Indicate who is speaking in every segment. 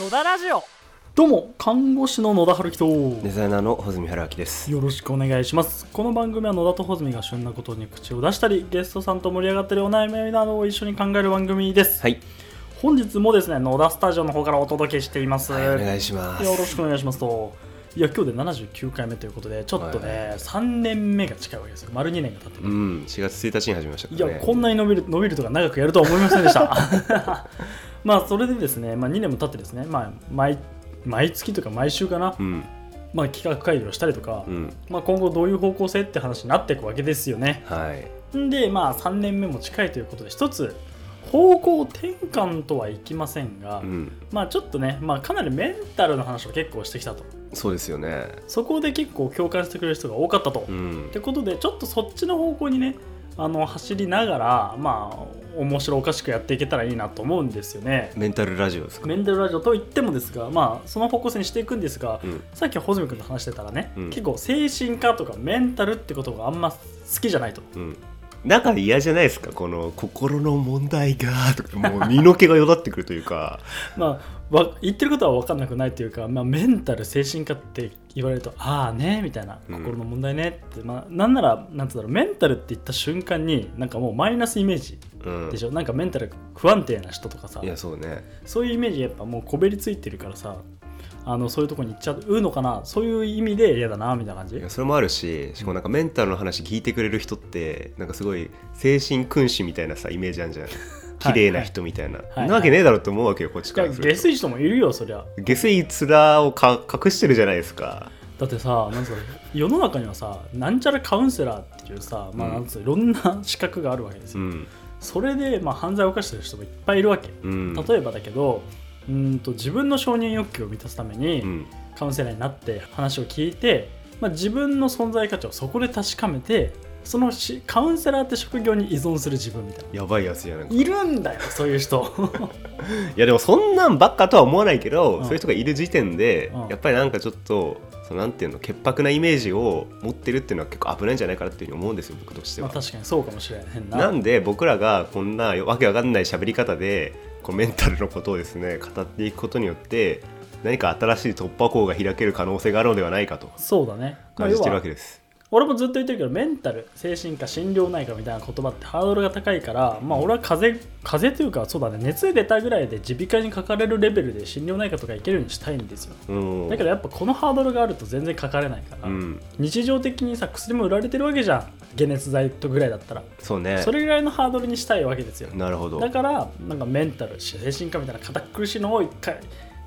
Speaker 1: 野田ラジオ。どうも、看護師の野田春樹と
Speaker 2: デザイナーの穂積春明です。
Speaker 1: よろしくお願いします。この番組は野田と穂積が旬なことに口を出したり、ゲストさんと盛り上がったり、お悩みなどを一緒に考える番組です。
Speaker 2: はい、
Speaker 1: 本日もですね、野田スタジオの方からお届けしています。
Speaker 2: はい、お願いします。
Speaker 1: よろしくお願いしますと、いや今日で79回目ということで、ちょっとね、3年目が近いわけですよ。丸2年が経ってる。
Speaker 2: 4月1日に始めましたからね。
Speaker 1: いや、こんなに伸びるとか長くやるとは思いませんでしたまあそれでですね、2年も経ってですね、毎月とか毎週かな、企画会議をしたりとか、今後どういう方向性って話になっていくわけですよね。
Speaker 2: はい。
Speaker 1: で3年目も近いということで、一つ方向転換とはいきませんが、ちょっとね、かなりメンタルの話を結構してきたと。
Speaker 2: そうですよね。
Speaker 1: そこで結構共感してくれる人が多かったと、ってことで、ちょっとそっちの方向にね、走りながら面白おかしくやっていけたらいいなと思うんですよね。
Speaker 2: メンタルラジオですか。
Speaker 1: メンタルラジオと言ってもですが、その方向性にしていくんですが、さっき穂積君と話してたらね、結構精神科とかメンタルってことがあんま好きじゃないと、
Speaker 2: だから嫌じゃないですか、この心の問題がとか、もう身の毛がよだってくるというか
Speaker 1: 言ってることは分かんなくないというか、メンタル精神科って言われると、ああねみたいな、心の問題ねって、なんならなんつうんだろう、メンタルって言った瞬間になんかもうマイナスイメージでしょ、なんかメンタル不安定な人とかさ、
Speaker 2: いやそうね、
Speaker 1: そういうイメージやっぱもうこべりついてるからさ、そういうとこに行っちゃうのかな、そういう意味で嫌だなみたいな感じ。
Speaker 2: いやそれもあるし、しかもなんかメンタルの話聞いてくれる人ってなんかすごい精神君子みたいなさイメージあるじゃん綺麗な人みたいな、なわけねえだろって思うわけよ、こっちからすると。
Speaker 1: 下水人もいるよ、そりゃ。
Speaker 2: 下水面を隠してるじゃないですか。
Speaker 1: だってさ、なんつうの、世の中にはさ、なんちゃらカウンセラーっていうさ、なんつうの、いろんな資格があるわけですよ。それで犯罪を犯してる人もいっぱいいるわけ。例えばだけど、自分の承認欲求を満たすために、カウンセラーになって話を聞いて、自分の存在価値をそこで確かめて、そのカウンセラーって職業に依存する自分みたいな、
Speaker 2: やばいやつじゃない。
Speaker 1: いるんだよ、そういう人
Speaker 2: いやでもそんなんばっかとは思わないけど、そういう人がいる時点で、やっぱりなんかちょっとなんていうの、潔白なイメージを持ってるっていうのは結構危ないんじゃないかなっていうふうに思うんですよ、僕としては。
Speaker 1: 確かにそうかもしれへんな。
Speaker 2: なんで僕らがこんなわけわかんない喋り方でこうメンタルのことをですね語っていくことによって、何か新しい突破口が開ける可能性があるのではないかと
Speaker 1: そうだね、
Speaker 2: 感じてるわけです。
Speaker 1: 俺もずっと言ってるけど、メンタル、精神科、心療内科みたいな言葉ってハードルが高いから、俺は風邪というか、そうだね、熱出たぐらいで耳鼻科にかかれるレベルで心療内科とか行けるようにしたいんですよ。だけどやっぱこのハードルがあると全然かかれないから、日常的にさ、薬も売られてるわけじゃん、解熱剤とぐらいだったら。
Speaker 2: そうね、
Speaker 1: それぐらいのハードルにしたいわけですよ。
Speaker 2: なるほど。
Speaker 1: だからなんかメンタル、精神科みたいな堅苦しいのを1回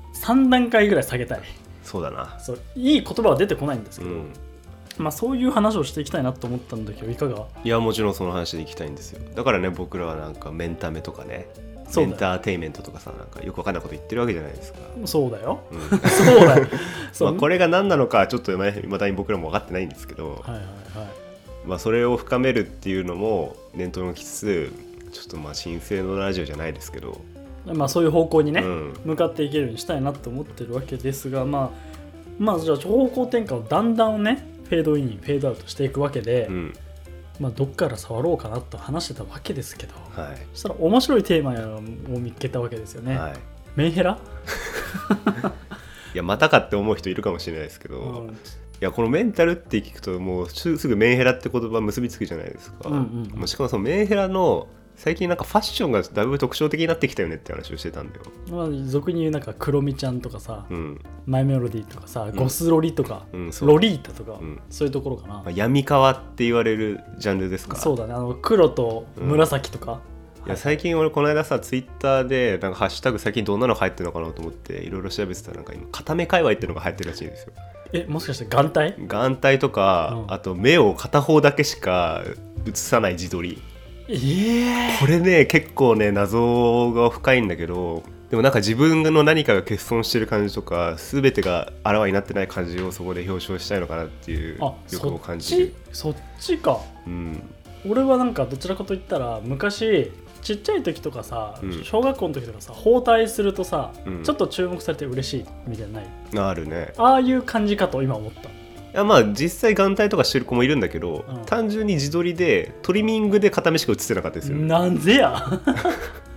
Speaker 1: 3段階ぐらい下げたい。
Speaker 2: そうだな。
Speaker 1: そう、いい言葉は出てこないんですけど、そういう話をしていきたいなと思ったんだけど、いかが？
Speaker 2: いやもちろんその話でいきたいんですよ。だからね、僕らはなんかメンタメとかね、エンターテインメントとかさ、なんかよくわかんないこと言ってるわけじゃないですか。
Speaker 1: そうだよ、そうだよ
Speaker 2: これが何なのかちょっと未だに僕らも分かってないんですけど、それを深めるっていうのも念頭に置きつつ、ちょっと神聖のラジオじゃないですけど、
Speaker 1: そういう方向にね、向かっていけるようにしたいなと思ってるわけですが、じゃあ方向転換をだんだんね、フェードインフェードアウトしていくわけで、どっから触ろうかなと話してたわけですけど、そしたら面白いテーマを見つけたわけですよね。メンヘラ
Speaker 2: いやまたかって思う人いるかもしれないですけど、いやこのメンタルって聞くともうすぐメンヘラって言葉結びつくじゃないですか。しかもそのメンヘラの最近なんかファッションがだいぶ特徴的になってきたよねって話をしてたんだよ。
Speaker 1: 俗に言うなんかクロミちゃんとかさ、マイメロディとかさ、ゴスロリとか、ロリータとか、そういうところかな。
Speaker 2: 闇川って言われるジャンルですか。
Speaker 1: そうだね、黒と紫とか、
Speaker 2: いや最近俺この間さツイッターでなんかハッシュタグ最近どんなの流行ってるのかなと思っていろいろ調べてたら、なんか今片目界隈っていうのが流行ってるらしいんですよ。
Speaker 1: もしかして眼帯とか、あと目を片方だけしか映さない自撮り。これね結構ね謎が深いんだけど、でもなんか自分の何かが欠損してる感じとか、全てがあらわになってない感じをそこで表彰したいのかなっていう欲を感じる。 そっちか。俺はなんかどちらかといったら、昔ちっちゃい時とかさ、小学校の時とかさ、包帯するとさ、ちょっと注目されて嬉しいみたいなない？
Speaker 2: あるね。
Speaker 1: ああいう感じかと今思った。
Speaker 2: いや実際眼帯とかしてる子もいるんだけど、単純に自撮りでトリミングで片目しか映ってなかったですよね。
Speaker 1: なんぜや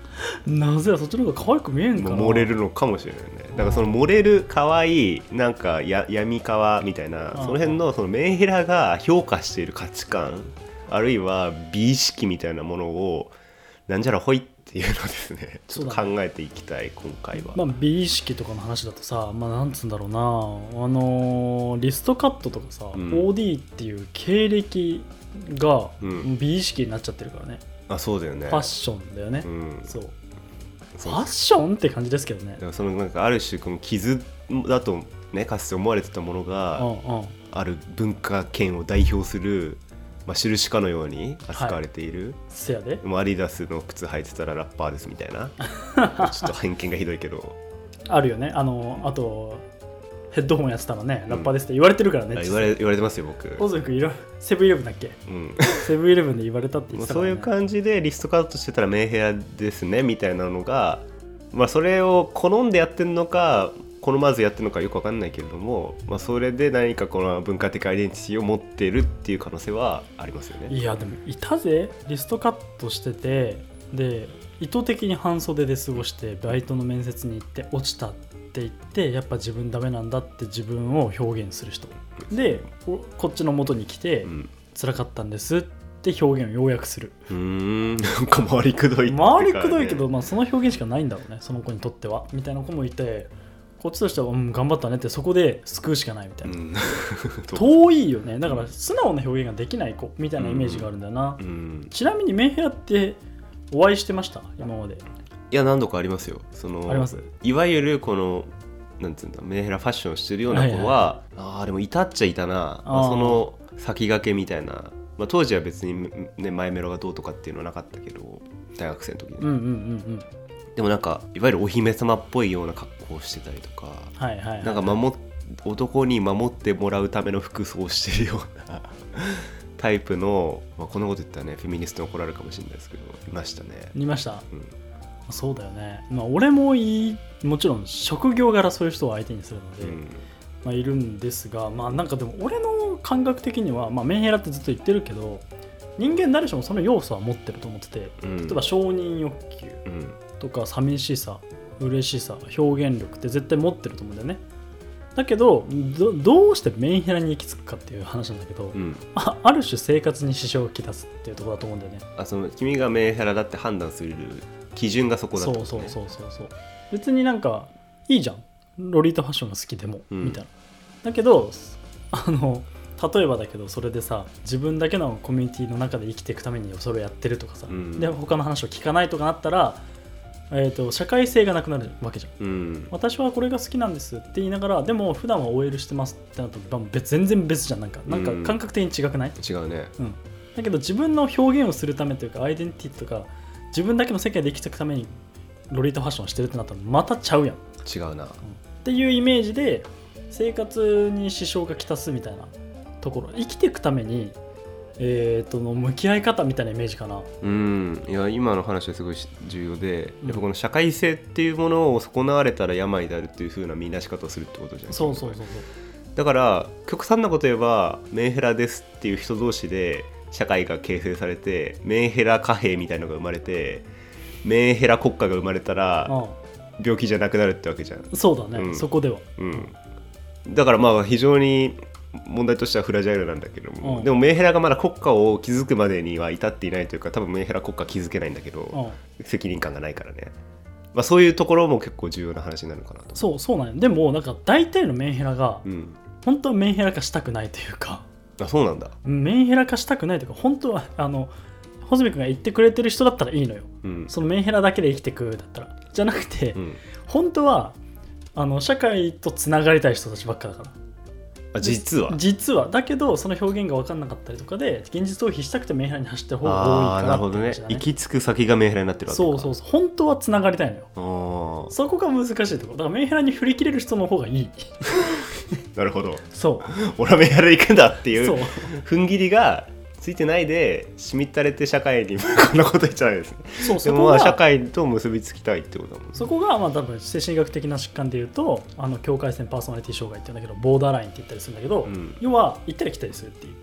Speaker 3: なぜそっちの方が可愛く見えんかな。
Speaker 2: 漏れるのかもしれないね。だからその漏れる可愛いなんか闇川みたいな、その辺のそのメンヘラが評価している価値観、あるいは美意識みたいなものをなんじゃらほいっていうのをですね、ちょっと考えていきたい今回は。
Speaker 3: まあ、美意識とかの話だとさ、まあ、なんつうんだろうな、リストカットとかさ、OD っていう経歴が美意識になっちゃってるからね。
Speaker 2: あ、そうだよね。
Speaker 3: ファッションだよね。そうファッションって感じですけどね。
Speaker 2: だからそのなんかある種この傷だとね、かつて思われてたものが、ある文化圏を代表する、まあ、印かのように扱われている、
Speaker 3: せやで
Speaker 2: もうアディダスの靴履いてたらラッパーですみたいなちょっと偏見がひどいけど
Speaker 3: あるよね。あとヘッドホンやってたらね、ラッパーですって言われてるからね。
Speaker 2: 言われてますよ僕。
Speaker 3: オズくんセブンイレブンだっけ、セブンイレブンで言われたって言ってたからね。
Speaker 2: そういう感じでリストカットしてたらメンヘラですねみたいなのが、まあ、それを好んでやってるのか好まずやってるのかよく分かんないけれども、まあ、それで何かこの文化的アイデンティティを持っているっていう可能性はありますよね。
Speaker 3: いやでもいたぜ、リストカットしてて、で意図的に半袖で過ごしてバイトの面接に行って落ちたって言って、やっぱ自分ダメなんだって自分を表現する人で、こっちの元に来て、辛かったんですって表現を要約する。
Speaker 2: なんか回りくどいっていうか、
Speaker 3: 回りくどいけど、まあ、その表現しかないんだろうね、その子にとってはみたいな子もいて、こっちとしては、頑張ったねってそこで救うしかないみたいな、遠いよね。だから素直な表現ができない子みたいなイメージがあるんだよな。ちなみにメンヘラってお会いしてました今まで？
Speaker 2: いや何度かありますよ。
Speaker 3: あります。
Speaker 2: いわゆるこのなんていうんだ、メンヘラファッションをしてるような子は、でもいたっちゃいたな。その先駆けみたいな、まあ、当時は別に、ね、前メロがどうとかっていうのはなかったけど、大学生の時に、でもなんかいわゆるお姫様っぽいような格好をしてたりとか、なんか男に守ってもらうための服装をしてるようなタイプの、まあ、こんなこと言ったらねフェミニストに怒られるかもしれないですけど、いましたね。
Speaker 3: いました、そうだよね。まあ、俺ももちろん職業柄そういう人を相手にするので、まあ、いるんですが、まあなんかでも俺の感覚的には、まあ、メンヘラってずっと言ってるけど、人間誰しもその要素は持ってると思ってて、例えば承認欲求とか寂しさ、嬉しさ、表現力って絶対持ってると思うんだよね。だけど どうしてメンヘラに行き着くかっていう話なんだけど、ある種生活に支障をきたすっていうところだと思うんだよね。
Speaker 2: その君がメンヘラだって判断する基準がそこだと、ね、
Speaker 3: そう別になんかいいじゃん、ロリータファッションが好きでも、みたいな。だけど例えばだけど、それでさ、自分だけのコミュニティの中で生きていくためにそれをやってるとかさ、で他の話を聞かないとかなったら、社会性がなくなるわけじゃん、私はこれが好きなんですって言いながら、でも普段は OL してますってなると全然別じゃん。なんか感覚的に違くない？
Speaker 2: 違うね、
Speaker 3: だけど自分の表現をするためというか、アイデンティティとか自分だけの世界で生きていくためにロリータファッションをしてるってなったらまたちゃうやん。
Speaker 2: 違うな、
Speaker 3: っていうイメージで生活に支障がきたすみたいなところ、生きていくためにの向き合い方みたいなイメージかな。
Speaker 2: いや今の話はすごい重要で、やっぱこの社会性っていうものを損なわれたら病であるっていう風な見出し方をするってことじゃないですか。
Speaker 3: そう
Speaker 2: だから極端なこと言えばメンヘラですっていう人同士で社会が形成されて、メンヘラ貨幣みたいなのが生まれて、メンヘラ国家が生まれたら病気じゃなくなるってわけじゃん。
Speaker 3: そうだね、そこでは、
Speaker 2: だからまあ非常に問題としてはフラジャイルなんだけども、でもメンヘラがまだ国家を築くまでには至っていないというか、多分メンヘラ国家築けないんだけど、責任感がないからね、まあ、そういうところも結構重要な話になるのかなと。
Speaker 3: そうなんよ。でもなんか大体のメンヘラが、本当はメンヘラ化したくないというか、
Speaker 2: そうなんだ。
Speaker 3: メンヘラ化したくないというか、本当は穂積君が言ってくれてる人だったらいいのよ、そのメンヘラだけで生きてくだったら、じゃなくて、本当は社会とつながりたい人たちばっかだから。実はだけどその表現が分かんなかったりとかで、現実逃避したくてメンヘラに走ってる方が多いから。
Speaker 2: なるほどね。行き着く先がメンヘラになってるわけか。
Speaker 3: そう本当はつながりたいのよ。そこが難しいところだから、メンヘラに振り切れる人の方がいい
Speaker 2: なるほど。
Speaker 3: そう
Speaker 2: 俺はメンヘラで行くんだっていう踏ん切りがついてないで、しみったれて社会にこんなこと言っちゃないですね。でもまあ社会と結びつきたいってことだもんね。
Speaker 3: そこがまあ多分精神医学的な疾患でいうと、境界線パーソナリティ障害って言うんだけど、ボーダーラインって言ったりするんだけど、要は行ったり来たりするっていう、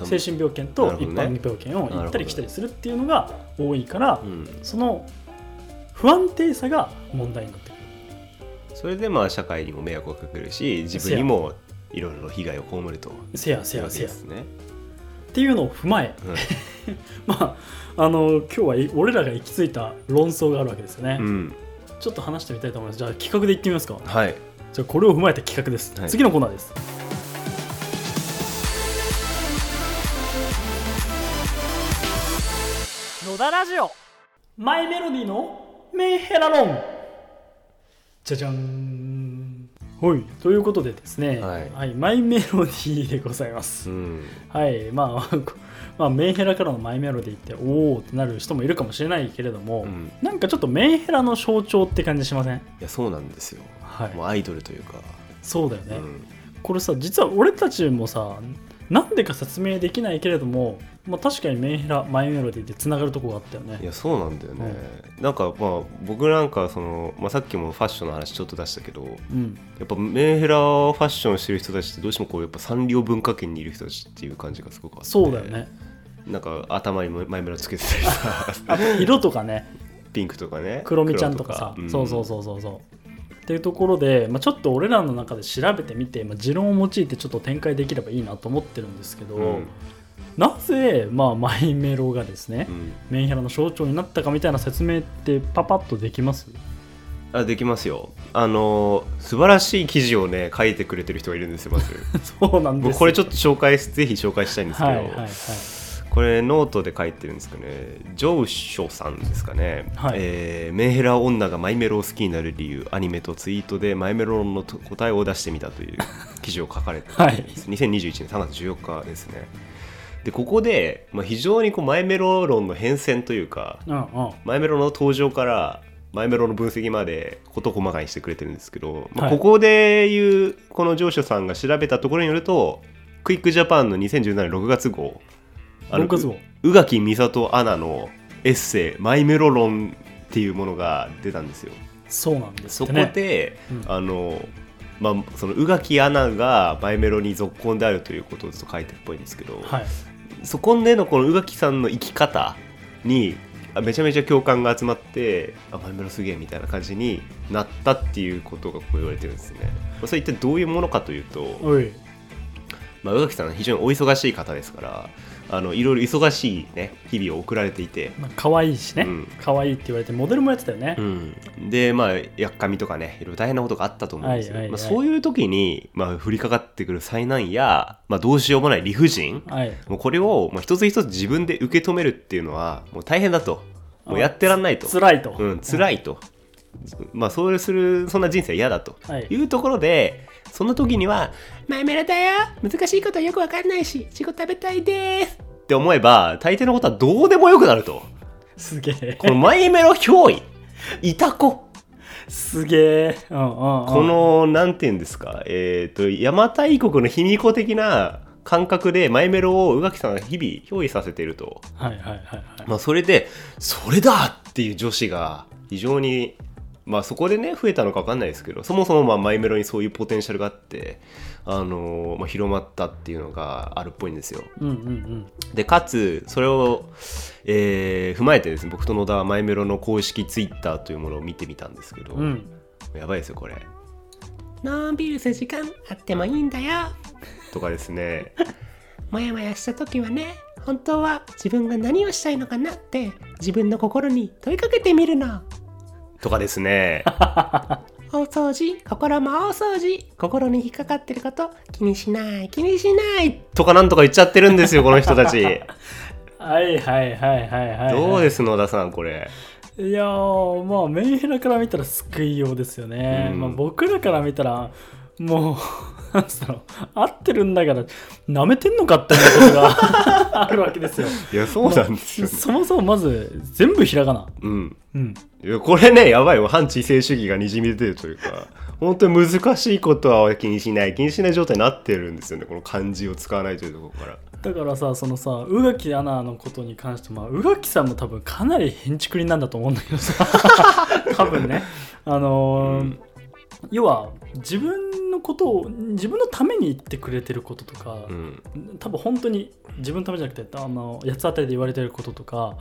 Speaker 3: 精神病犬と一般病犬を行ったり来たりするっていうのが多いから、その不安定さが問題になってくる。
Speaker 2: それでまあ社会にも迷惑をかけるし自分にもいろいろ被害を被ると
Speaker 3: せやせや
Speaker 2: ですね。
Speaker 3: っていうのを踏まえ、まあ今日は俺らが行き着いた論争があるわけですよね、ちょっと話してみたいと思います。じゃあ企画で行ってみますか。
Speaker 2: はい。
Speaker 3: じゃあこれを踏まえた企画です、次のコーナーです。野田ラジオマイメロディのメンヘラ論。じゃじゃん。はい、ということでですね、マイメロディーでございます、まあメンヘラからのマイメロディーっておおってなる人もいるかもしれないけれども、なんかちょっとメンヘラの象徴って感じしません？い
Speaker 2: やそうなんですよ、もうアイドルというか。
Speaker 3: そうだよね、これさ実は俺たちもさなんでか説明できないけれども、確かにメンヘラマイメロディーでつながるとこがあったよね。
Speaker 2: いやそうなんだよね、なんか僕なんかその、さっきもファッションの話ちょっと出したけど、やっぱメンヘラファッションしてる人たちってどうしてもこうやっぱサンリオ文化圏にいる人たちっていう感じがすごくあって。
Speaker 3: そうだよね。
Speaker 2: なんか頭にマイメロつけてたりさ
Speaker 3: 色とかね
Speaker 2: ピンクとかね
Speaker 3: 黒みちゃんとかさ、そうっていうところで、ちょっと俺らの中で調べてみて、持論を用いてちょっと展開できればいいなと思ってるんですけど、なぜ、マイメロがですね、メンヘラの象徴になったかみたいな説明ってパパッとできます？
Speaker 2: できますよ。素晴らしい記事をね書いてくれてる人がいるんですよまず
Speaker 3: そうなんですよ。
Speaker 2: 僕これちょっとぜひ紹介したいんですけど、これノートで書いてるんですかね。ジョウショさんですかね、メンヘラ女がマイメロを好きになる理由、アニメとツイートでマイメロの答えを出してみたという記事を書かれてるんです、2021年3月14日ですね。でここで、非常にマイメロ論の変遷というか、マイメロの登場からマイメロの分析まで事細かにしてくれてるんですけど、ここでいうこのジョウショさんが調べたところによると、クイックジャパンの2017年6月号宇垣美里アナのエッセイマイメロ論っていうものが出たんですよ。
Speaker 3: そうなんですね。
Speaker 2: そこで、その宇垣アナがマイメロに続婚であるということをずっと書いてるっぽいんですけど、そこでのこの宇垣さんの生き方にめちゃめちゃ共感が集まって、マイメロすげえみたいな感じになったっていうことがこう言われてるんですね。それ一体どういうものかというと、宇垣さんは非常にお忙しい方ですから、いろいろ忙しい、日々を送られていて、
Speaker 3: 可愛いしね、可愛いって言われてモデルもやってたよね、
Speaker 2: でやっかみとかね、いろいろ大変なことがあったと思うんですよ。そういう時に、降りかかってくる災難や、どうしようもない理不尽、もうこれを、一つ一つ自分で受け止めるっていうのはもう大変だと、もうやってらんないと、
Speaker 3: 辛いと、
Speaker 2: 辛いと、そんな人生は嫌だというところで、その時にはマイメロだよ、難しいことはよく分かんないしいちご食べたいですって思えば、大抵のことはどうでもよくなると。
Speaker 3: すげえ。
Speaker 2: このマイメロ憑依いた子
Speaker 3: すげえ。
Speaker 2: このなんていうんですか、邪馬台国の卑弥呼的な感覚でマイメロを宇垣さんが日々憑依させていると。それでそれだっていう女子が非常に、そこでね増えたのか分かんないですけど、そもそもマイメロにそういうポテンシャルがあって、広まったっていうのがあるっぽいんですよ。でかつそれを、踏まえてですね、僕と野田はマイメロの公式ツイッターというものを見てみたんですけど、やばいですよこれ。のんびりする時間あってもいいんだよとかですねもやもやした時はね、本当は自分が何をしたいのかなって自分の心に問いかけてみるのとかですね大掃除、心も大掃除、心に引っかかってること気にしないとかなんとか言っちゃってるんですよこの人たちどうです野田さんこれ。
Speaker 3: いやー、メンヘラから見たら救いようですよね、僕らから見たらもうなんつったの、合ってるんだから舐めてんのかっていうことがあるわけですよ。
Speaker 2: いやそうなんですよ、
Speaker 3: そもそもまず全部ひらがな。
Speaker 2: いやこれねやばいよ、反知性主義がにじみ出てるというか、本当に難しいことは気にしない状態になってるんですよね、この漢字を使わないというところから。
Speaker 3: だからさ、宇垣アナのことに関して宇垣さんも多分かなりへんちくりなんだと思うんだけどさ多分ね、要は自分のことを自分のために言ってくれてることとか、多分本当に自分のためじゃなくて八つ当たりで言われてることとか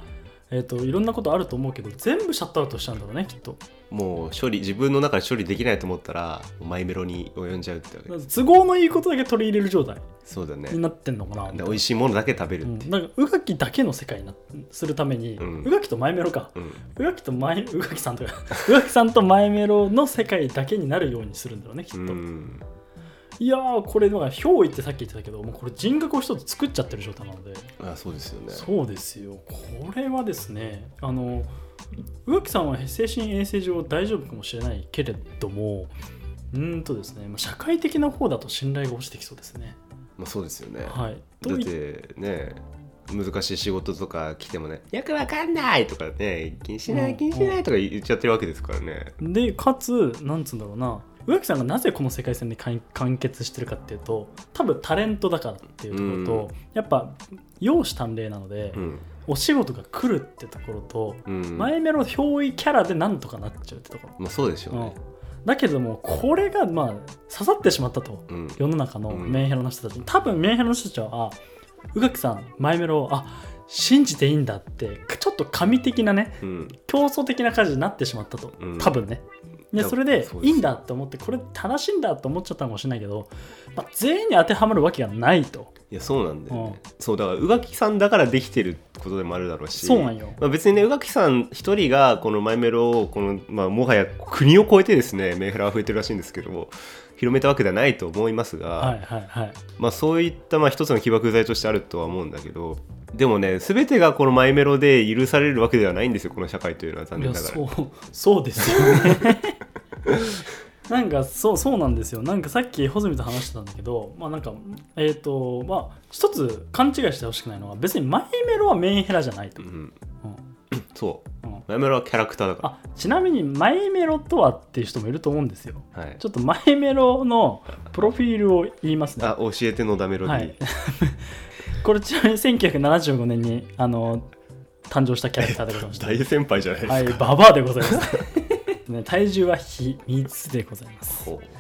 Speaker 3: いろんなことあると思うけど全部シャットアウトしちゃうんだろうねきっと。
Speaker 2: もう自分の中で処理できないと思ったらマイメロに及んじゃうってわけ。
Speaker 3: 都合のいいことだけ取り入れる状態
Speaker 2: そうだね
Speaker 3: になってんのかな。
Speaker 2: 美味しいものだけ食べるっていう、
Speaker 3: なんか宇垣だけの世界にするために、宇垣とマイメロか、宇垣さんとか宇垣さんとマイメロの世界だけになるようにするんだろうねきっと。いやーこれ憑依ってさっき言ってたけどもうこれ人格を一つ作っちゃってる状態なので。
Speaker 2: そうですよね。
Speaker 3: そうですよ。これはですね宇垣さんは精神衛生上大丈夫かもしれないけれどもですね社会的な方だと信頼が落ちてきそうですね。
Speaker 2: そうですよね、
Speaker 3: はい、
Speaker 2: だってね難しい仕事とか来てもねよくわかんないとかね気にしないとか言っちゃってるわけですからね。
Speaker 3: でかつなんつうんだろうな宇垣さんがなぜこの世界線で完結してるかっていうと多分タレントだからっていうところと、やっぱ容姿端麗なので、お仕事が来るってところと、マイメロ憑依キャラでなんとかなっちゃうってところ。
Speaker 2: そうでしょうね、
Speaker 3: だけどもこれが刺さってしまったと、世の中のメンヘラの人たちに、多分メンヘラの人たちは宇垣さんマイメロを信じていいんだってちょっと神的なね、競争的な感じになってしまったと、多分ね。でそれでいいんだと思ってこれ正しいんだと思っちゃったかもしれないけど、全員に当てはまるわけがないと。
Speaker 2: いやそうなんだよね、そうだから宇垣さんだからできてることでもあるだろうし、
Speaker 3: そうなんよ、
Speaker 2: 別にね宇垣さん一人がこのマイメロをもはや国を越えてですねメンヘラが増えてるらしいんですけども広めたわけではないと思いますが、そういった一つの起爆剤としてあるとは思うんだけど、でもね全てがこのマイメロで許されるわけではないんですよこの社会というのは。残念ながら
Speaker 3: そうですよねなんかそうなんですよ。なんかさっき穂積と話してたんだけど、一つ勘違いしてほしくないのは別にマイメロはメンヘラじゃないと、
Speaker 2: そう、マイメロはキャラクターだから。
Speaker 3: ちなみにマイメロとはっていう人もいると思うんですよ、ちょっとマイメロのプロフィールを言いますね。
Speaker 2: 教えてのだメロディー、
Speaker 3: これちなみに1975年に誕生したキャラクターでございました。
Speaker 2: 大先輩じゃないですか。
Speaker 3: ババアでございます体重は秘密でございます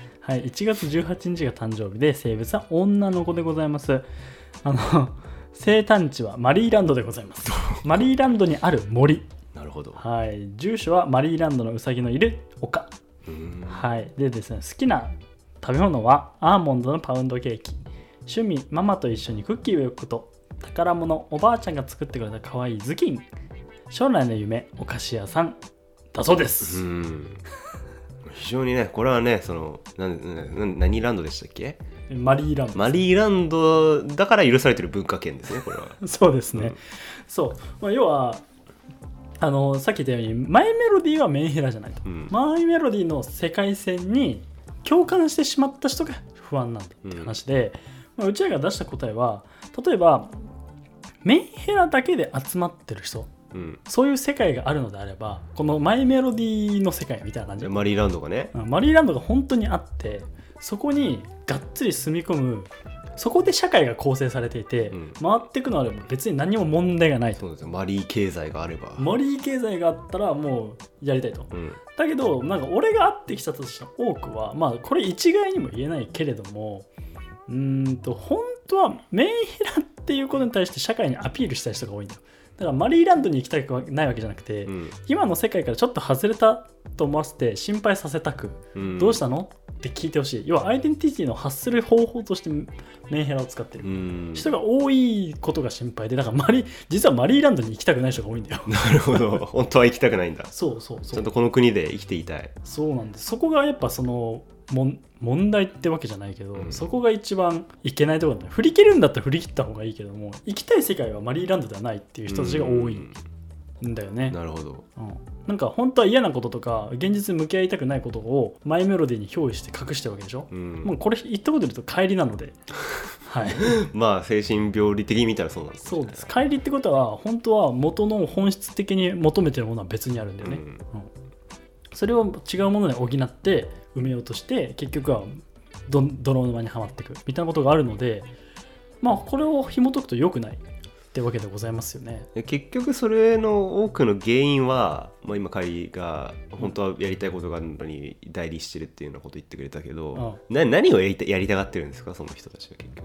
Speaker 3: 。1月18日が誕生日で性別は女の子でございます。生誕地はマリーランドでございますマリーランドにある森。
Speaker 2: なるほど。
Speaker 3: 住所はマリーランドのうさぎのいる丘。でですね、好きな食べ物はアーモンドのパウンドケーキ。趣味ママと一緒にクッキーを焼くこと。宝物おばあちゃんが作ってくれた可愛い頭巾。将来の夢お菓子屋さんだそうです。
Speaker 2: 非常にねこれはね何ランドでしたっけ？
Speaker 3: マリーランド。
Speaker 2: マリーランドだから許されてる文化圏ですねこれは
Speaker 3: そうですね、そう、要はさっき言ったようにマイメロディーはメンヘラじゃないと、マイメロディーの世界線に共感してしまった人が不安なんだって話で、うちらが出した答えは例えばメンヘラだけで集まってる人、そういう世界があるのであればこのマイメロディーの世界みたいな感じ。
Speaker 2: マリーランドがね、
Speaker 3: マリーランドが本当にあってそこにがっつり住み込む、そこで社会が構成されていて、回っていくのは別に何も問題がないと。
Speaker 2: そうですよ、マリー経済があれば。
Speaker 3: マリー経済があったらもうやりたいと、だけどなんか俺が会ってきた人たちの多くはこれ一概にも言えないけれども本当はメンヘラっていうことに対して社会にアピールしたい人が多いんだよ。だからマリーランドに行きたくないわけじゃなくて、今の世界からちょっと外れたと思わせて心配させたく、どうしたのって聞いてほしい。要はアイデンティティの発する方法としてメンヘラを使ってる人が多いことが心配で、だから実はマリーランドに行きたくない人が多いんだよ。
Speaker 2: なるほど、本当は行きたくないんだ。
Speaker 3: そう
Speaker 2: ちゃんとこの国で生きていたい。
Speaker 3: そうなんです。そこがやっぱその問題ってわけじゃないけど、そこが一番いけないところだね。振り切るんだったら振り切った方がいいけども、行きたい世界はマリーランドではないっていう人たちが多いんだよね。
Speaker 2: なるほど、
Speaker 3: なんか本当は嫌なこととか現実に向き合いたくないことをマイメロディーに憑依して隠してるわけでしょ、もうこれ言ったことで言うと乖離なので
Speaker 2: まあ精神病理的に見たらそうなんですね。
Speaker 3: そうです。乖離ってことは本当は元の本質的に求めてるものは別にあるんだよね、それを違うもので補って埋めようとして結局は泥沼にはまっていくみたいなことがあるので、これを紐解くと良くないってわけでございますよね。
Speaker 2: 結局それの多くの原因は、今カリが本当はやりたいことがあるのに代理してるっていうようなこと言ってくれたけど、何をやりたがってるんですかその人たちは結局。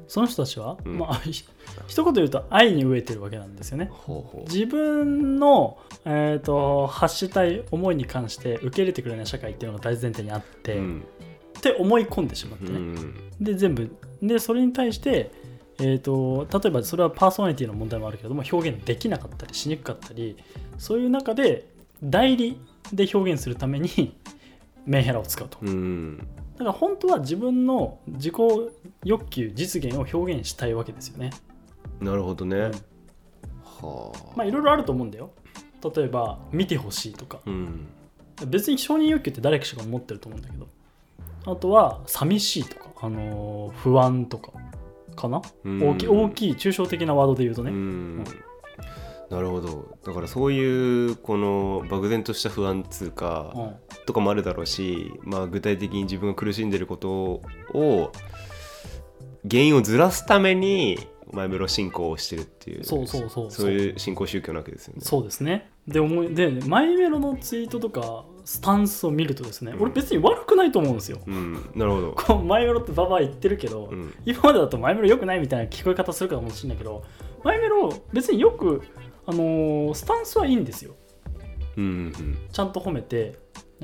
Speaker 3: その人たちは、まあ一言で言うと愛に飢えてるわけなんですよね。自分の、発したい思いに関して受け入れてくれない社会っていうのが大前提にあって、って思い込んでしまってね、で全部でそれに対して、例えばそれはパーソナリティの問題もあるけれども表現できなかったりしにくかったり、そういう中で代理で表現するためにメンヘラを使うと。だから本当は自分の自己欲求実現を表現したいわけですよね。
Speaker 2: なるほどね、
Speaker 3: はあ、まあいろいろあると思うんだよ。例えば見てほしいとか、別に承認欲求って誰しか持ってると思うんだけど、あとは寂しいとか、不安とかかな、大きい抽象的なワードで言うとね、
Speaker 2: なるほど。だからそういうこの漠然とした不安通貨とかもあるだろうし、まあ、具体的に自分が苦しんでることを原因をずらすためにマイメロ信仰をしてるっていう、そういう信仰宗教なわけですよね。
Speaker 3: そうですね。でマイメロのツイートとかスタンスを見るとですね、俺別に悪くないと思うんですよ、
Speaker 2: なるほど。
Speaker 3: こうマイメロってババア言ってるけど、今までだとマイメロ良くないみたいな聞こえ方するかもしれないけど、マイメロ別によくスタンスはいいんですよ、ちゃんと褒めて、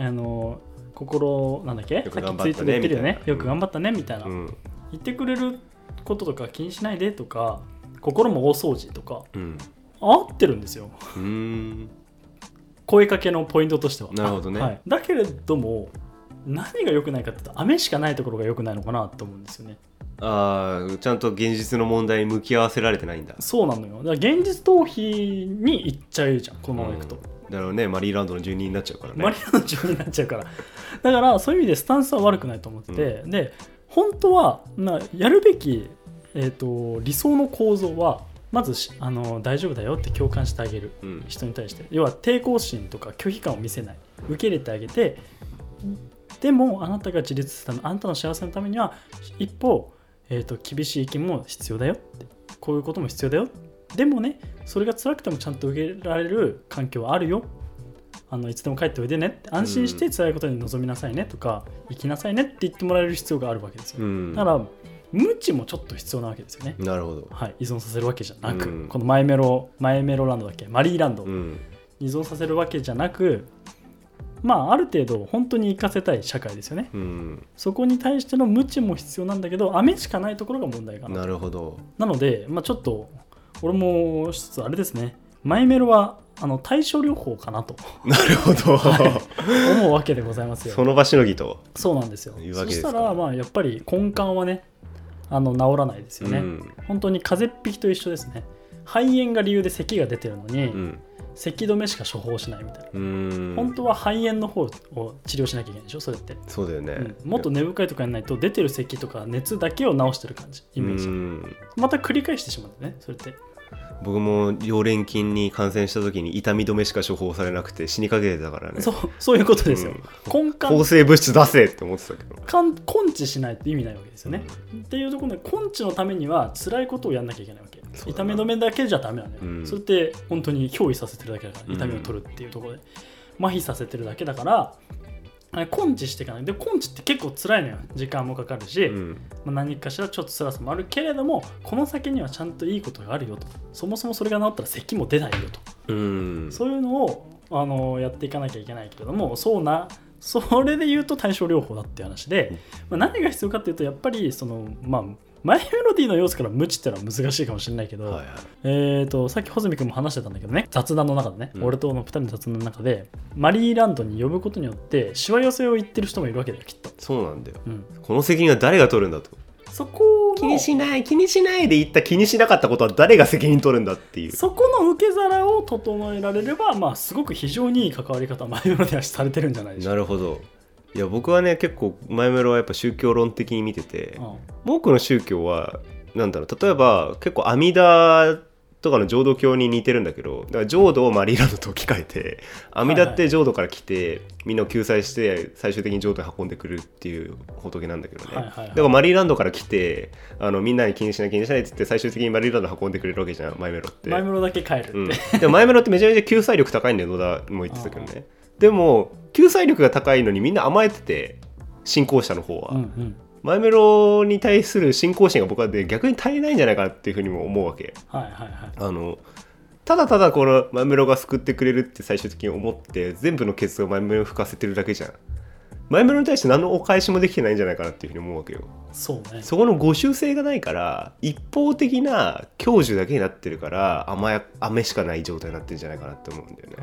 Speaker 3: 心なんだっけ、さっきツイートで言ってるよね、よく頑張ったねみたいな、言ってくれることとか気にしないでとか、心も大掃除とか、合ってるんですよ。声かけのポイントとしては。
Speaker 2: なるほどね、
Speaker 3: はい、だけれども何が良くないかって言うと、雨しかないところが良くないのかなと思うんですよね。
Speaker 2: ちゃんと現実の問題に向き合わせられてないんだ。
Speaker 3: そうなのよ。だから現実逃避に行っちゃうじゃん、このまま行くと。
Speaker 2: だからね、マリーランドの住人になっちゃうからね。
Speaker 3: マリーランドの住人になっちゃうからだからそういう意味でスタンスは悪くないと思ってて、で本当はやるべき、理想の構造はまず大丈夫だよって共感してあげる、人に対して、要は抵抗心とか拒否感を見せない、受け入れてあげて、でもあなたが自立したあなたの幸せのためには一方、厳しい意見も必要だよって、こういうことも必要だよ、でもねそれが辛くてもちゃんと受け入れられる環境はあるよ、いつでも帰っておいでねって、安心して辛いことに臨みなさいねとか、生きなさいねって言ってもらえる必要があるわけですよ、だから無知もちょっと必要なわけですよね。
Speaker 2: なるほど、
Speaker 3: はい、依存させるわけじゃなく、このマイメロランドだっけ、マリーランド、依存させるわけじゃなく、まあある程度本当に生かせたい社会ですよね、そこに対しての無知も必要なんだけど、雨しかないところが問題かな。
Speaker 2: なるほど。
Speaker 3: なので、ちょっと俺も一つあれですね、マイメロは対症療法かなと
Speaker 2: なるほど、
Speaker 3: 思うわけでございますよ。
Speaker 2: その場しのぎと。
Speaker 3: そうなんですよ。そしたらやっぱり根幹はね治らないですよね、本当に風邪っ引きと一緒ですね。肺炎が理由で咳が出てるのに、咳止めしか処方しないみたいな。本当は肺炎の方を治療しなきゃいけないでしょ、それって。
Speaker 2: そうだよね、
Speaker 3: もっと根深いとかやらないと、出てる咳とか熱だけを治してる感じ、イメージ。また繰り返してしまうんだね、それって。
Speaker 2: 僕も溶連菌に感染した時に痛み止めしか処方されなくて死にかけてたからね。
Speaker 3: そういうことですよ、根幹
Speaker 2: 抗生物質出せって思ってたけど、
Speaker 3: 根治しないと意味ないわけですよね、っていうところで根治のためには辛いことをやんなきゃいけないわけ。痛み止めだけじゃダメなのよ、それって本当に憑依させてるだけだから、痛みを取るっていうところで麻痺させてるだけだから、根治していかない。で根治って結構辛いのよ、時間もかかるし、何かしらちょっと辛さもあるけれども、この先にはちゃんといいことがあるよと、そもそもそれが治ったら咳も出ないよと、そういうのをやっていかなきゃいけないけれども、それで言うと対症療法だっていう話で、何が必要かっていうと、やっぱりマイメロディーの要素から無知ってのは難しいかもしれないけど、さっき穂積君も話してたんだけどね、雑談の中でね、俺との2人の雑談の中でマリーランドに呼ぶことによってしわ寄せを言ってる人もいるわけだよ、きっと。
Speaker 2: そうなんだよ、この責任は誰が取るんだと。
Speaker 3: そこ
Speaker 2: 気にしないで言った気にしなかったことは誰が責任取るんだっていう、
Speaker 3: そこの受け皿を整えられれば、すごく非常にいい関わり方はマイメロではされてるんじゃないでしょうか。
Speaker 2: なるほど。いや僕はね結構マイメロはやっぱ宗教論的に見てて、多くの宗教はなんだろう、例えば結構阿弥陀とかの浄土教に似てるんだけど、だから浄土をマリーランドと置き換えて、阿弥陀って浄土から来て、みんなを救済して最終的に浄土に運んでくるっていう仏なんだけどね、だからマリーランドから来てみんなに気にしないって言って最終的にマリーランドに運んでくれるわけじゃん、マイメロって。
Speaker 3: マイメロだけ帰るって、
Speaker 2: でもマイメロってめちゃめちゃ救済力高いんだよ、野田も言ってたけどね。でも救済力が高いのにみんな甘えてて、信仰者の方は、 マイメロに対する信仰心が僕はで逆に足りないんじゃないかなっていうふうにも思うわけ。
Speaker 3: はいはいはい。
Speaker 2: ただただこのマイメロが救ってくれるって最終的に思って全部のケツをマイメロに吹かせてるだけじゃん。マイメロに対して何のお返しもできてないんじゃないかなっていうふうに思うわけよ。
Speaker 3: そうね。
Speaker 2: そこの互習性がないから一方的な享受だけになってるから雨しかない状態になってるんじゃないかなって思うんだよね。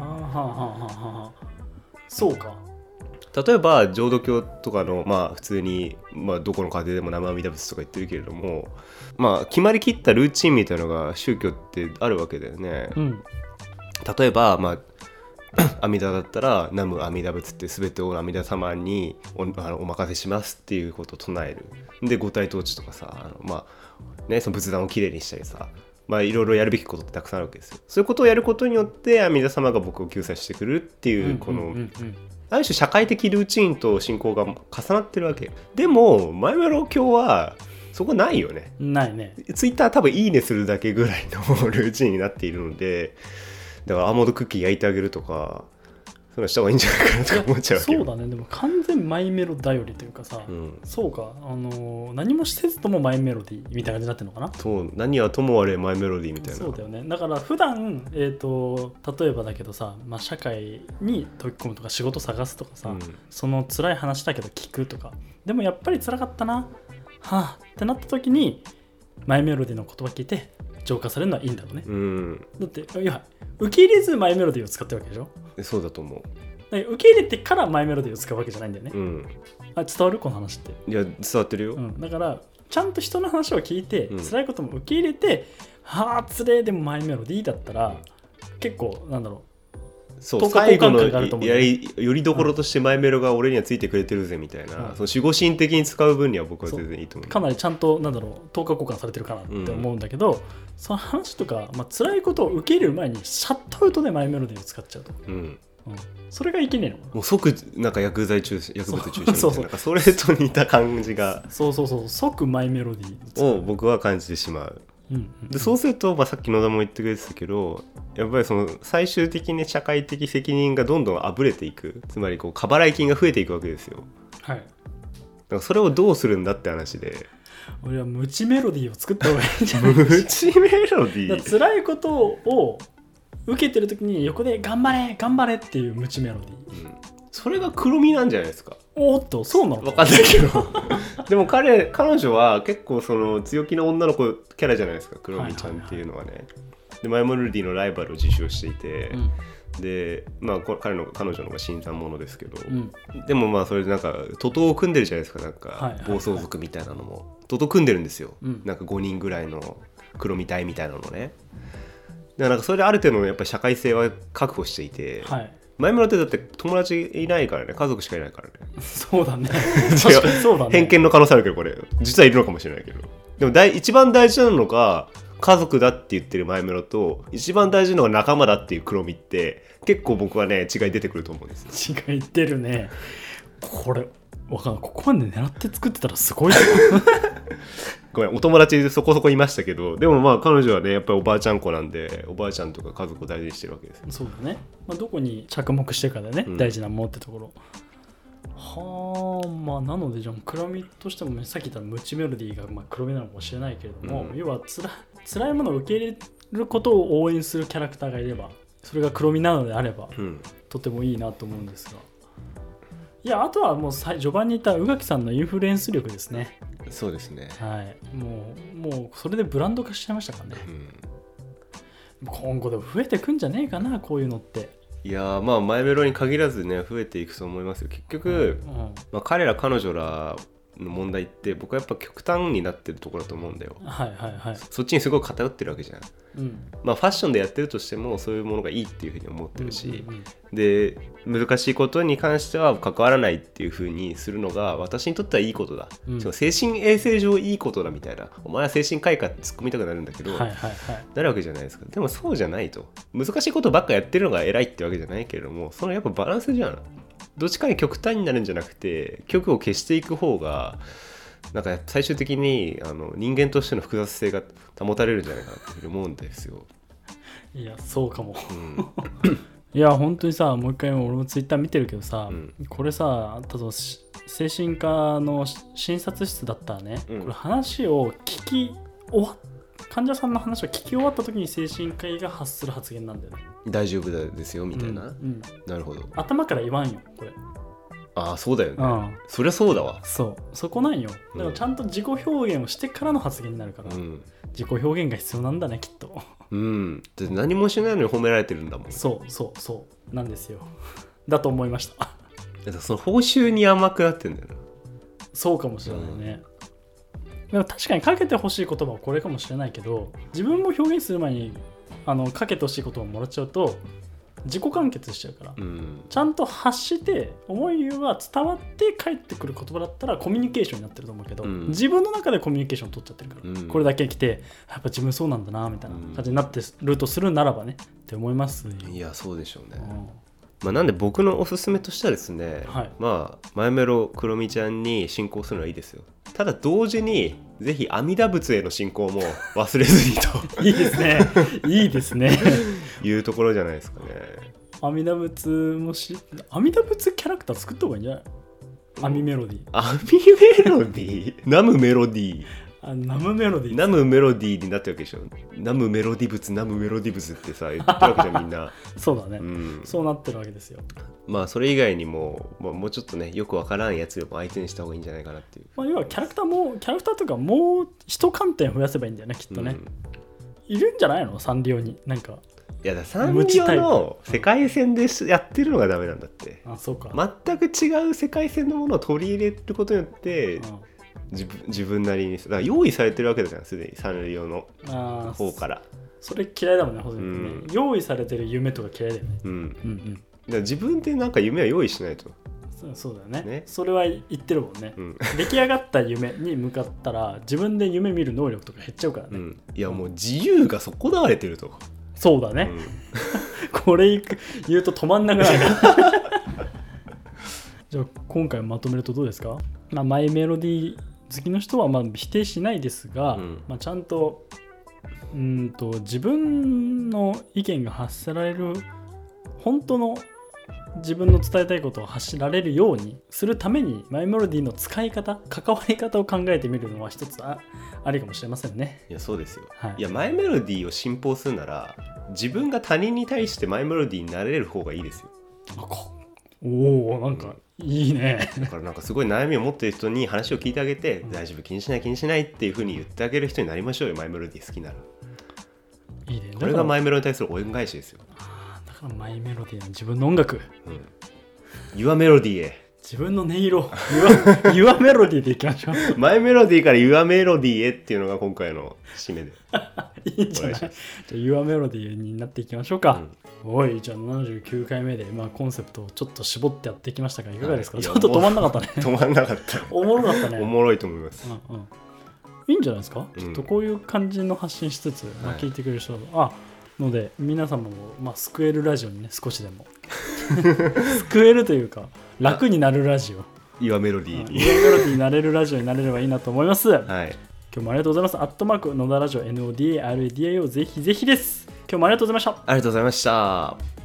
Speaker 3: そうか。
Speaker 2: 例えば浄土教とかのまあ普通に、まあ、どこの家庭でも生阿弥陀仏とか言ってるけれども、まあ決まりきったルーチンみたいなのが宗教ってあるわけだよね。例えばまあ阿弥陀だったら南無阿弥陀仏って全てを阿弥陀様に お任せしますっていうことを唱える。で五体統治とかさまあねその仏壇をきれいにしたりさまあいろいろやるべきことってたくさんあるわけですよ。そういうことをやることによって阿弥陀様が僕を救済してくるっていうこのある種社会的ルーチンと信仰が重なってるわけ。でもマイメロ教はそこないよね。
Speaker 3: ないね。
Speaker 2: ツイッター多分いいねするだけぐらいのルーチンになっているので、だからアーモンドクッキー焼いてあげるとかそういうのした方がいいんじゃないかなとか思っちゃうわけよ。
Speaker 3: そうだね。でも完全マイメロ頼りというかさ、そうか何もせずともマイメロディみたいな感じになってるのかな。
Speaker 2: そう何はともあれマイメロディみたいな。
Speaker 3: そうだよね。だから普段例えばだけどさ、まあ、社会に飛び込むとか仕事探すとかさ、その辛い話だけど聞くとかでもやっぱり辛かったなはぁってなった時にマイメロディの言葉聞いて浄化されるのはいいんだろうね。だっていや受け入れずマイメロディを使ってるわけでしょ。
Speaker 2: そうだと思う。
Speaker 3: 受け入れてからマイメロディを使うわけじゃないんだよね。伝わるこの話って。
Speaker 2: いや伝わってるよ。
Speaker 3: だからちゃんと人の話を聞いて、辛いことも受け入れてはぁつれでもマイメロディだったら、結構なんだろう
Speaker 2: そう最後のよりどころとしてマイメロが俺にはついてくれてるぜみたいな、その守護神的に使う分には僕は全然いいと思う。
Speaker 3: かなりちゃんとなんだろう等価交換されてるかなって思うんだけど、その話とか、まあ辛いことを受け入れる前にシャットアウトでマイメロディを使っちゃうと、それがいけねえの。も
Speaker 2: う即なんか薬物注射みたいななんかそれと似た感じが
Speaker 3: そう即マイメロディ
Speaker 2: を僕は感じてしまう。でそうすると、まあ、さっき野田も言ってくれてたけどやっぱりその最終的に社会的責任がどんどんあぶれていく、つまりこう過払い金が増えていくわけですよ。だからそれをどうするんだって話で、
Speaker 3: 俺はムチメロディーを作った方がいいんじゃない
Speaker 2: ムチメロディー
Speaker 3: 辛いことを受けてる時に横で頑張れ頑張れっていうムチメロディー、
Speaker 2: それが黒みなんじゃないですか。
Speaker 3: おっとそうなの
Speaker 2: 分かんないけどでも彼女は結構その強気な女の子キャラじゃないですか、黒みちゃんっていうのはね。でマイメロディのライバルを自称していて、でまあ彼女の方が新参者ですけど、でもまあそれでなんか徒党を組んでるじゃないですか。なんか暴走族みたいなのも徒党組んでるんですよ、なんか5人ぐらいの黒み隊みたいなのね。だからなんかそれである程度のやっぱり社会性は確保していて、マイメロってだって友達いないからね、家族しかいないからね。
Speaker 3: そうだね確かにそうだね。
Speaker 2: 偏見の可能性あるけどこれ実はいるのかもしれないけど、でも一番大事なのが家族だって言ってるマイメロと一番大事なのが仲間だっていう黒みって結構僕はね違い出てくると思うんです
Speaker 3: よ。違い出るね。これわかんない、ここまで狙って作ってたらすごい
Speaker 2: ごめんお友達そこそこいましたけど、でもまあ彼女はねやっぱりおばあちゃん子なんでおばあちゃんとか家族を大事にしてるわけです。
Speaker 3: そうだね、まあ、どこに着目してるかだね、大事なものってところ。はあ、まあなのでじゃあ黒みとしてもさっき言ったムチメロディーがまあ黒みなのかもしれないけれども、要は辛いものを受け入れることを応援するキャラクターがいれば、それが黒みなのであれば、とてもいいなと思うんですが、いやあとはもう序盤に言った宇垣さんのインフルエンス力ですね。
Speaker 2: そうですね、
Speaker 3: はい、もうそれでブランド化しちゃいましたからね、今後でも増えてくんじゃねえかなこういうのって。
Speaker 2: いやまあマイメロに限らずね増えていくと思いますよ結局、まあ、彼ら彼女らの問題って僕はやっぱ極端になってるところだと思うんだよ。そっちにすごい偏ってるわけじゃん、まあファッションでやってるとしてもそういうものがいいっていうふうに思ってるし、で難しいことに関しては関わらないっていうふうにするのが私にとってはいいことだ、精神衛生上いいことだみたいな、お前は精神科医かって突っ込みたくなるんだけど、なるわけじゃないですか。でもそうじゃないと、難しいことばっかやってるのが偉いってわけじゃないけれども、そのやっぱバランスじゃん。どっちかに極端になるんじゃなくて極を消していく方がなんか最終的に人間としての複雑性が保たれるんじゃないかなって思うんですよ。
Speaker 3: いやそうかも、いや本当にさもう一回俺もツイッター見てるけどさ、これさ例えば精神科の診察室だったらね、これ話を聞き終わっ患者さんの話を聞き終わった時に精神科医が発する発言なんだよね。
Speaker 2: 大丈夫ですよみたいな、なるほど。
Speaker 3: 頭から言わんよこれ。
Speaker 2: ああそうだよね、そりゃそうだわ。
Speaker 3: そこなんよ。だからちゃんと自己表現をしてからの発言になるから、自己表現が必要なんだねきっと。
Speaker 2: だって何もしないのに褒められてるんだもん。
Speaker 3: そうなんですよ。だと思いました。
Speaker 2: その報酬に甘くなってんだよな。
Speaker 3: そうかもしれないね、でも確かにかけてほしい言葉はこれかもしれないけど、自分も表現する前にかけてほしい言葉をもらっちゃうと自己完結しちゃうから、ちゃんと発して思いは伝わって返ってくる言葉だったらコミュニケーションになってると思うけど、自分の中でコミュニケーション取っちゃってるから、これだけ来てやっぱ自分そうなんだなみたいな感じになってるとするならばねって思います。
Speaker 2: いやそうでしょうね、なんで僕のおすすめとしてはですね、マイメロクロミちゃんに進行するのはいいですよ。ただ同時にぜひ阿弥陀仏への信仰も忘れずにと
Speaker 3: いいですねいいですね
Speaker 2: いうところじゃないですかね。
Speaker 3: 阿弥陀仏も阿弥陀仏キャラクター作った方がいいんじゃない？阿弥メロディー。
Speaker 2: 阿弥メロディーナムメロディー
Speaker 3: ナムメロディー。
Speaker 2: ナムメロディーになってるわけでしょ。ナムメロディブツナムメロディブツってさ言ってるわけじゃんみんな
Speaker 3: そうだね、そうなってるわけですよ。
Speaker 2: それ以外にも、もうちょっとねよくわからんやつを相手にした方がいいんじゃないかなっていう、
Speaker 3: 要はキャラクターとかもう一観点増やせばいいんだよねきっとね、いるんじゃないのサンリオに。なんか
Speaker 2: いやだサンリオの世界線でやってるのがダメなんだって。
Speaker 3: そうか。
Speaker 2: 全く違う世界線のものを取り入れることによって自分なりにだから用意されてるわけだじゃんすでにサンリオの方から。
Speaker 3: それ嫌いだもんね、ほんとにね、用意されてる夢とか嫌いだよね。
Speaker 2: だから自分でなんか夢は用意しないと。
Speaker 3: そうだよね。それは言ってるもんね、出来上がった夢に向かったら自分で夢見る能力とか減っちゃうからね、
Speaker 2: いやもう自由が損なわれてると。
Speaker 3: そうだね、これ言うと止まんなくなるからじゃあ今回まとめるとどうですか？マイメロディー好きの人は否定しないですが、ちゃんと自分の意見が発せられる本当の自分の伝えたいことを発しられるようにするためにマイメロディーの使い方関わり方を考えてみるのは一つありかもしれませんね。
Speaker 2: いやそうですよ、いやマイメロディーを信奉するなら自分が他人に対してマイメロディーになれる方がいいですよ。
Speaker 3: おお、なんかいいね。
Speaker 2: だからなんかすごい悩みを持っている人に話を聞いてあげて、大丈夫気にしないっていう風に言ってあげる人になりましょうよ。マイメロディー好きならいいね。これがマイメロに対する恩返しですよ。
Speaker 3: だからマイメロディーの自分の音楽、
Speaker 2: Your Melody へ
Speaker 3: 自分の音色Your Melody でいきましょう。
Speaker 2: マイメロディーから Your Melody へっていうのが今回の締めで
Speaker 3: いいんじゃない？じゃあ Your Melody になっていきましょうか。おい、じゃあ79回目で、コンセプトをちょっと絞ってやってきましたがいかがですか？ちょっと止まんなかったね。
Speaker 2: 止まんなかった
Speaker 3: おもろかったね。
Speaker 2: おもろいと思います、
Speaker 3: いいんじゃないですか、ちょっとこういう感じの発信しつつ、聞いてくれる人ので皆様も、救えるラジオにね少しでも救えるというか楽になるラジオ、
Speaker 2: Your Melody に
Speaker 3: Your Melodyになれるラジオになれればいいなと思います。今日もありがとうございます。@野田ラジオ NODARADIO ぜひぜひです。今日もありがとうございました。
Speaker 2: ありがとうございました。